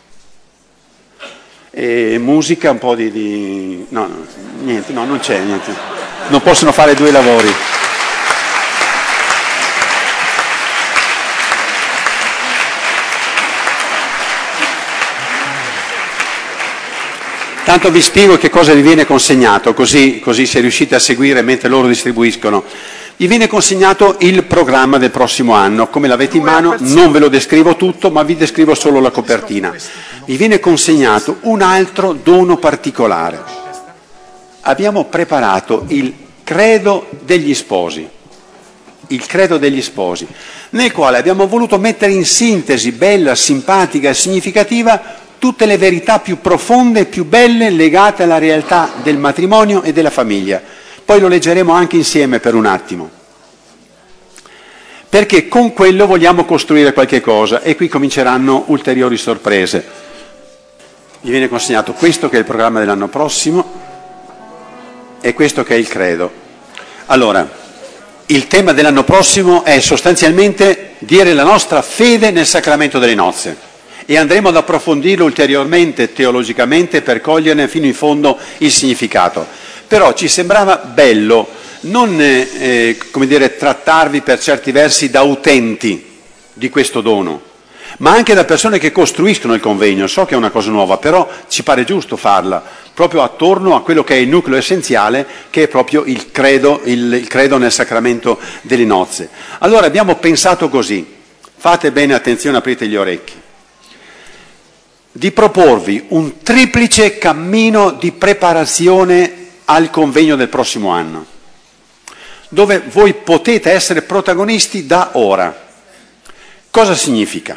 E musica, un po' di... di... No, no, niente, no, non c'è niente. Non possono fare due lavori. Tanto vi spiego che cosa vi viene consegnato, così, così se riuscite a seguire mentre loro distribuiscono. Vi viene consegnato il programma del prossimo anno, come l'avete in mano, non ve lo descrivo tutto, ma vi descrivo solo la copertina. Vi viene consegnato un altro dono particolare. Abbiamo preparato il credo degli sposi, il credo degli sposi, nel quale abbiamo voluto mettere in sintesi bella, simpatica e significativa tutte le verità più profonde e più belle legate alla realtà del matrimonio e della famiglia. Poi lo leggeremo anche insieme per un attimo, perché con quello vogliamo costruire qualche cosa e qui cominceranno ulteriori sorprese. Gli viene consegnato questo che è il programma dell'anno prossimo e questo che è il credo. Allora, il tema dell'anno prossimo è sostanzialmente dire la nostra fede nel sacramento delle nozze e andremo ad approfondirlo ulteriormente teologicamente per coglierne fino in fondo il significato. Però ci sembrava bello non eh, come dire, trattarvi per certi versi da utenti di questo dono, ma anche da persone che costruiscono il convegno. So che è una cosa nuova, però ci pare giusto farla, proprio attorno a quello che è il nucleo essenziale, che è proprio il credo, il, il credo nel sacramento delle nozze. Allora abbiamo pensato così, fate bene attenzione, aprite gli orecchi, di proporvi un triplice cammino di preparazione al convegno del prossimo anno, dove voi potete essere protagonisti da ora. Cosa significa?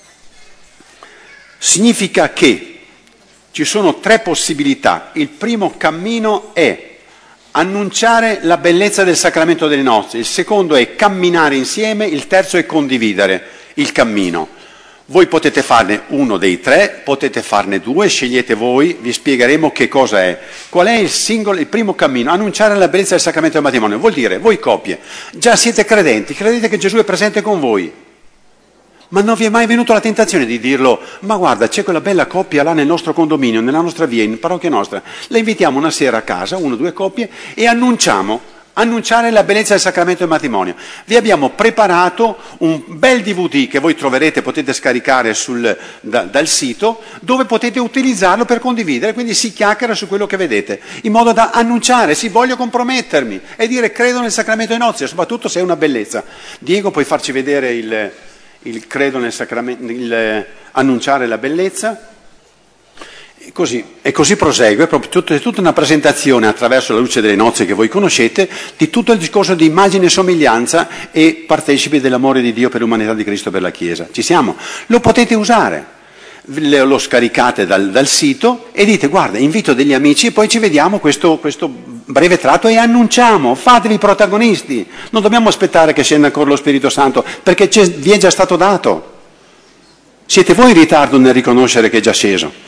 Significa che ci sono tre possibilità. Il primo cammino è annunciare la bellezza del sacramento delle nozze, il secondo è camminare insieme, il terzo è condividere il cammino. Voi potete farne uno dei tre, potete farne due, scegliete voi, vi spiegheremo che cosa è. Qual è il singolo, il primo cammino? Annunciare la bellezza del sacramento del matrimonio. Vuol dire, voi coppie, già siete credenti, credete che Gesù è presente con voi. Ma non vi è mai venuta la tentazione di dirlo, ma guarda, c'è quella bella coppia là nel nostro condominio, nella nostra via, in parrocchia nostra. La invitiamo una sera a casa, uno o due coppie, e annunciamo. Annunciare la bellezza del sacramento del matrimonio. Vi abbiamo preparato un bel D V D che voi troverete, potete scaricare sul, da, dal sito, dove potete utilizzarlo per condividere, quindi si chiacchiera su quello che vedete, in modo da annunciare, sì, voglio compromettermi e dire credo nel sacramento delle nozze, soprattutto se è una bellezza. Diego, puoi farci vedere il, il credo nel sacramento, il annunciare la bellezza? Così, e così prosegue, è proprio tutto, è tutta una presentazione attraverso la luce delle nozze che voi conoscete di tutto il discorso di immagine e somiglianza e partecipi dell'amore di Dio per l'umanità di Cristo per la Chiesa. Ci siamo? Lo potete usare, lo scaricate dal, dal sito e dite guarda, invito degli amici e poi ci vediamo questo, questo breve tratto e annunciamo, fatevi protagonisti, non dobbiamo aspettare che scenda ancora lo Spirito Santo perché vi è già stato dato. Siete voi in ritardo nel riconoscere che è già sceso.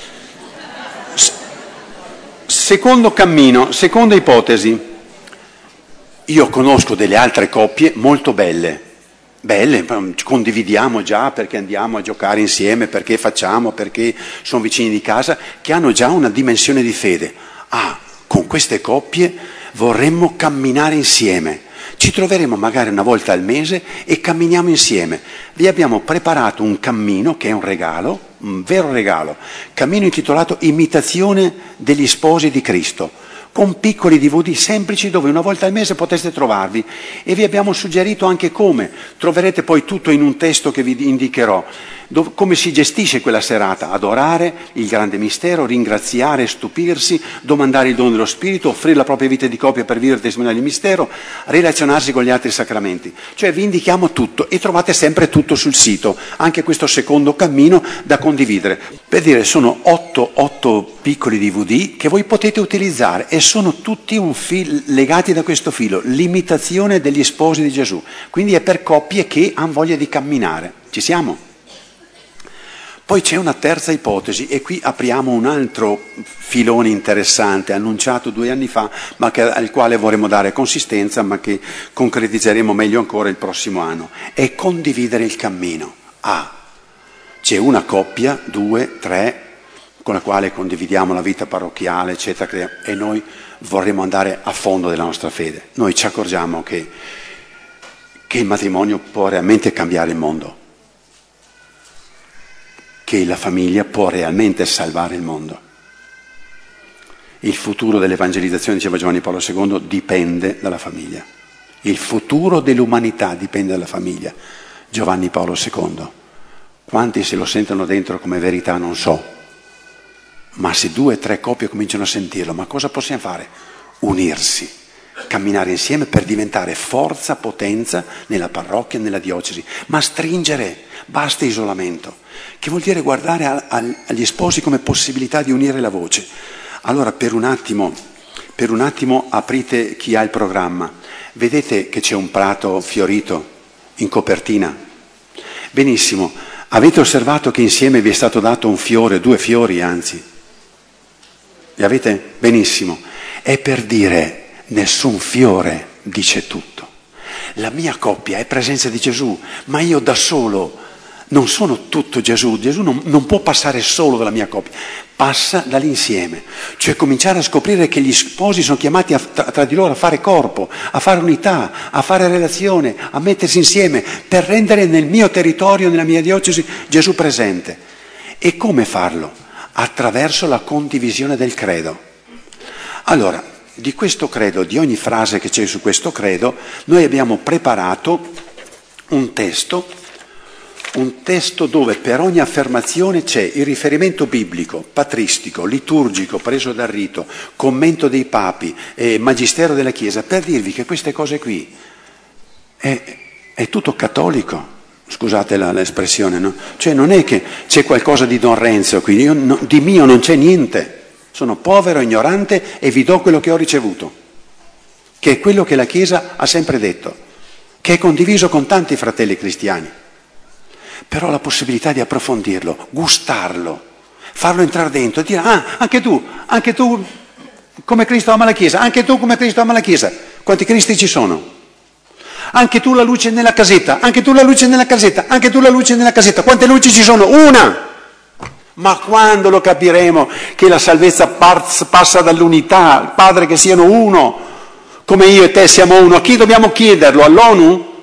Secondo cammino, seconda ipotesi, io conosco delle altre coppie molto belle, belle, condividiamo già perché andiamo a giocare insieme, perché facciamo, perché sono vicini di casa, che hanno già una dimensione di fede. Ah, con queste coppie vorremmo camminare insieme. Ci troveremo magari una volta al mese e camminiamo insieme. Vi abbiamo preparato un cammino che è un regalo, un vero regalo, cammino intitolato Imitazione degli sposi di Cristo, con piccoli D V D semplici dove una volta al mese poteste trovarvi e vi abbiamo suggerito anche come. Troverete poi tutto in un testo che vi indicherò, dove, come si gestisce quella serata, adorare il grande mistero, ringraziare, stupirsi, domandare il dono dello Spirito, offrire la propria vita di coppia per vivere testimoniare il mistero, relazionarsi con gli altri sacramenti. Cioè vi indichiamo tutto e trovate sempre tutto sul sito, anche questo secondo cammino da condividere. Per dire, sono otto, otto piccoli D V D che voi potete utilizzare e sono tutti un fil- legati da questo filo, l'imitazione degli sposi di Gesù. Quindi è per coppie che hanno voglia di camminare. Ci siamo? Poi c'è una terza ipotesi e qui apriamo un altro filone interessante, annunciato due anni fa, ma che, al quale vorremmo dare consistenza, ma che concretizzeremo meglio ancora il prossimo anno. È condividere il cammino. Ah, c'è una coppia, due, tre, con la quale condividiamo la vita parrocchiale, eccetera, e noi vorremmo andare a fondo della nostra fede. Noi ci accorgiamo che, che il matrimonio può realmente cambiare il mondo, che la famiglia può realmente salvare il mondo. Il futuro dell'evangelizzazione, diceva Giovanni Paolo secondo, dipende dalla famiglia. Il futuro dell'umanità dipende dalla famiglia. Giovanni Paolo secondo. Quanti se lo sentono dentro come verità non so. Ma se due o tre coppie cominciano a sentirlo, ma cosa possiamo fare? Unirsi camminare insieme per diventare forza, potenza nella parrocchia, nella diocesi, ma stringere, basta isolamento, che vuol dire guardare a, a, agli sposi come possibilità di unire la voce. Allora per un attimo, per un attimo aprite chi ha il programma, vedete che c'è un prato fiorito in copertina? Benissimo, avete osservato che insieme vi è stato dato un fiore, due fiori anzi? Li avete? Benissimo, è per dire nessun fiore dice tutto. La mia coppia è presenza di Gesù, ma io da solo non sono tutto Gesù. Gesù non, non può passare solo dalla mia coppia, passa dall'insieme. Cioè cominciare a scoprire che gli sposi sono chiamati a, tra, tra di loro a fare corpo, a fare unità, a fare relazione, a mettersi insieme per rendere nel mio territorio, nella mia diocesi, Gesù presente. E come farlo? Attraverso la condivisione del credo. Allora, di questo credo, di ogni frase che c'è su questo credo, noi abbiamo preparato un testo, un testo dove per ogni affermazione c'è il riferimento biblico, patristico, liturgico, preso dal rito, commento dei papi, eh, magistero della Chiesa, per dirvi che queste cose qui è, è tutto cattolico. Scusate la, l'espressione, no? Cioè non è che c'è qualcosa di Don Renzo qui, io, no, di mio non c'è niente. Sono povero, ignorante e vi do quello che ho ricevuto, che è quello che la Chiesa ha sempre detto, che è condiviso con tanti fratelli cristiani. Però la possibilità di approfondirlo, gustarlo, farlo entrare dentro e dire, ah, anche tu, anche tu come Cristo ama la Chiesa, anche tu come Cristo ama la Chiesa. Quanti Cristi ci sono? Anche tu la luce nella casetta, anche tu la luce nella casetta, anche tu la luce nella casetta. Quante luci ci sono? Una! Ma quando lo capiremo che la salvezza passa dall'unità, il Padre che siano uno, come io e te siamo uno, a chi dobbiamo chiederlo? All'ONU?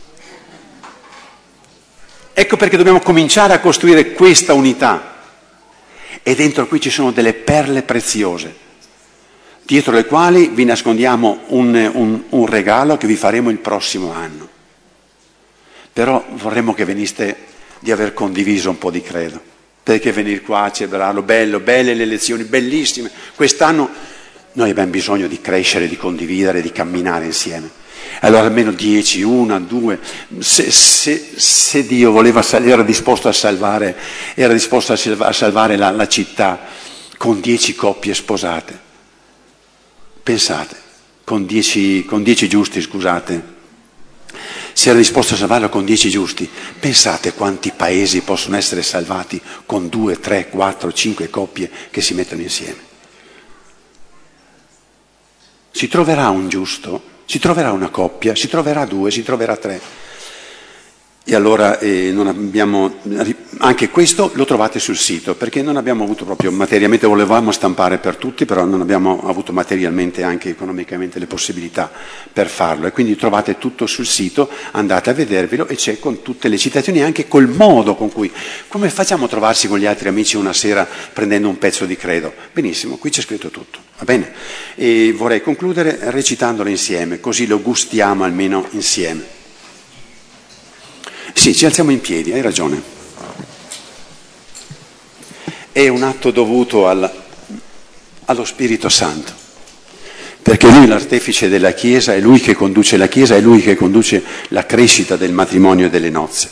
Ecco perché dobbiamo cominciare a costruire questa unità. E dentro qui ci sono delle perle preziose, dietro le quali vi nascondiamo un, un, un regalo che vi faremo il prossimo anno. Però vorremmo che veniste di aver condiviso un po' di credo. Perché venire qua a celebrarlo, bello, belle le lezioni, bellissime. Quest'anno noi abbiamo bisogno di crescere, di condividere, di camminare insieme. Allora almeno dieci, una, due, se, se, se Dio voleva, era disposto a salvare, era disposto a salvare, a salvare la, la città con dieci coppie sposate. Pensate, con dieci, con dieci giusti, scusate. Se era disposto a salvarlo con dieci giusti, pensate quanti paesi possono essere salvati con due, tre, quattro, cinque coppie che si mettono insieme. Si troverà un giusto, si troverà una coppia, si troverà due, si troverà tre. E allora eh, non abbiamo, anche questo lo trovate sul sito, perché non abbiamo avuto proprio materialmente, volevamo stampare per tutti, però non abbiamo avuto materialmente, anche economicamente, le possibilità per farlo. E quindi trovate tutto sul sito, andate a vedervelo e c'è con tutte le citazioni, anche col modo con cui, come facciamo a trovarsi con gli altri amici una sera prendendo un pezzo di credo? Benissimo, qui c'è scritto tutto, va bene? E vorrei concludere recitandolo insieme, così lo gustiamo almeno insieme. Sì, ci alziamo in piedi, hai ragione. È un atto dovuto al, allo Spirito Santo, perché lui è l'artefice della Chiesa, è lui che conduce la Chiesa, è lui che conduce la crescita del matrimonio e delle nozze.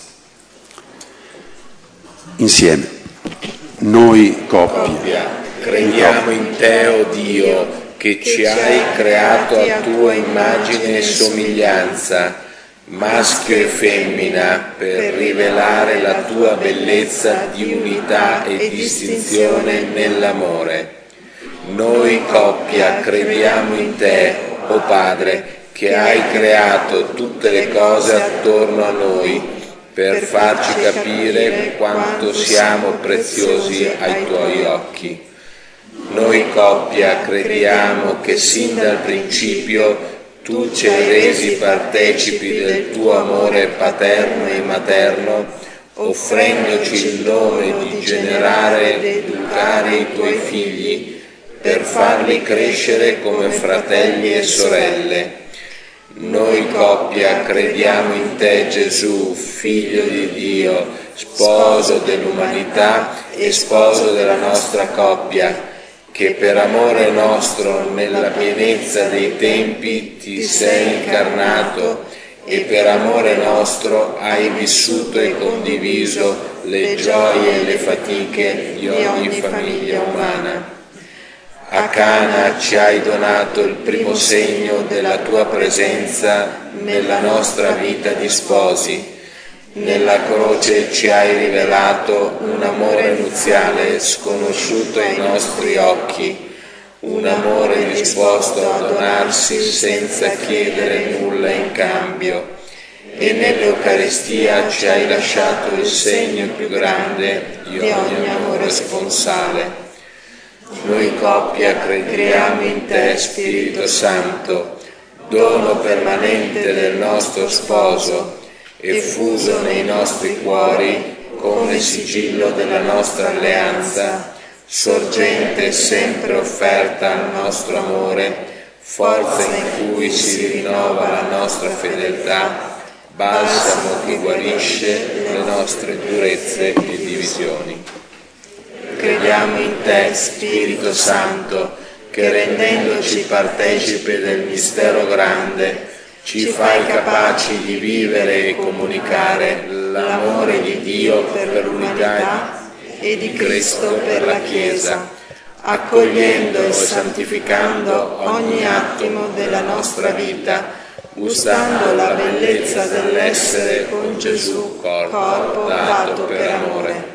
Insieme, noi coppia, crediamo in te, o Dio, che ci hai creato a tua immagine e somiglianza, maschio e femmina, per rivelare la tua bellezza di unità e distinzione nell'amore. Noi coppia crediamo in te, o Padre, che hai creato tutte le cose attorno a noi per farci capire quanto siamo preziosi ai tuoi occhi. Noi coppia crediamo che sin dal principio tu ci hai resi partecipi del tuo amore paterno e materno, offrendoci il nome di generare ed educare i tuoi figli per farli crescere come fratelli e sorelle. Noi coppia crediamo in te, Gesù, Figlio di Dio, sposo dell'umanità e sposo della nostra coppia, che per amore nostro nella pienezza dei tempi ti sei incarnato e per amore nostro hai vissuto e condiviso le gioie e le fatiche di ogni famiglia umana. A Cana ci hai donato il primo segno della tua presenza nella nostra vita di sposi. Nella croce ci hai rivelato un amore nuziale sconosciuto ai nostri occhi, un amore disposto a donarsi senza chiedere nulla in cambio. E nell'Eucaristia ci hai lasciato il segno più grande di ogni amore sponsale. Noi coppia crediamo in te, Spirito Santo, dono permanente del nostro sposo, e fuso nei nostri cuori come sigillo della nostra alleanza, sorgente sempre offerta al nostro amore, forza in cui si rinnova la nostra fedeltà, balsamo che guarisce le nostre durezze e divisioni. Crediamo in te, Spirito Santo, che rendendoci partecipe del mistero grande, ci fai capaci di vivere e comunicare l'amore di Dio per l'unità e di Cristo per la Chiesa, accogliendo e santificando ogni attimo della nostra vita, gustando la bellezza dell'essere con Gesù, corpo dato per amore.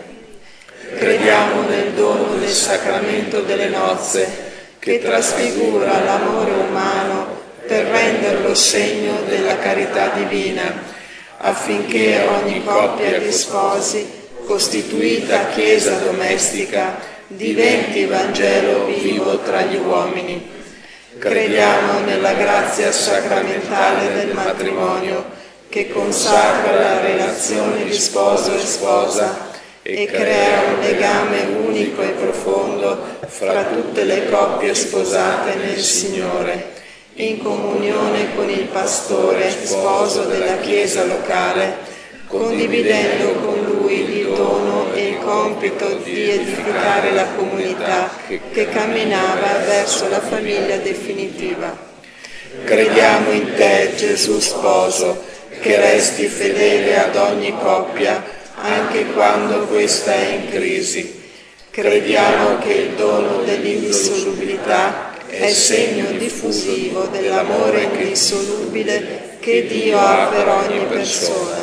Crediamo nel dono del sacramento delle nozze, che trasfigura l'amore umano per renderlo segno della carità divina, affinché ogni coppia di sposi, costituita chiesa domestica, diventi Vangelo vivo tra gli uomini. Crediamo nella grazia sacramentale del matrimonio, che consacra la relazione di sposo e sposa e crea un legame unico e profondo fra tutte le coppie sposate nel Signore, in comunione con il pastore, sposo della Chiesa locale, condividendo con lui il dono e il compito di edificare la comunità che camminava verso la famiglia definitiva. Crediamo in te, Gesù sposo, che resti fedele ad ogni coppia, anche quando questa è in crisi. Crediamo che il dono dell'indissolubilità è segno diffusivo dell'amore indissolubile che Dio ha per ogni persona.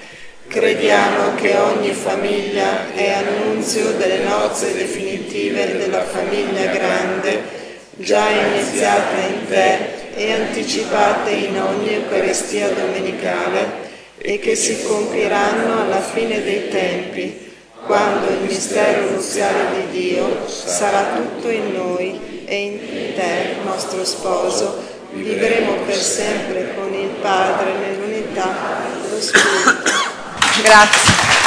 Crediamo che ogni famiglia è annunzio delle nozze definitive della famiglia grande, già iniziate in te e anticipate in ogni Eucaristia domenicale, e che si compiranno alla fine dei tempi, quando il mistero nuziale di Dio sarà tutto in noi e in te, nostro sposo, vivremo per sempre con il Padre nell'unità dello Spirito. Grazie.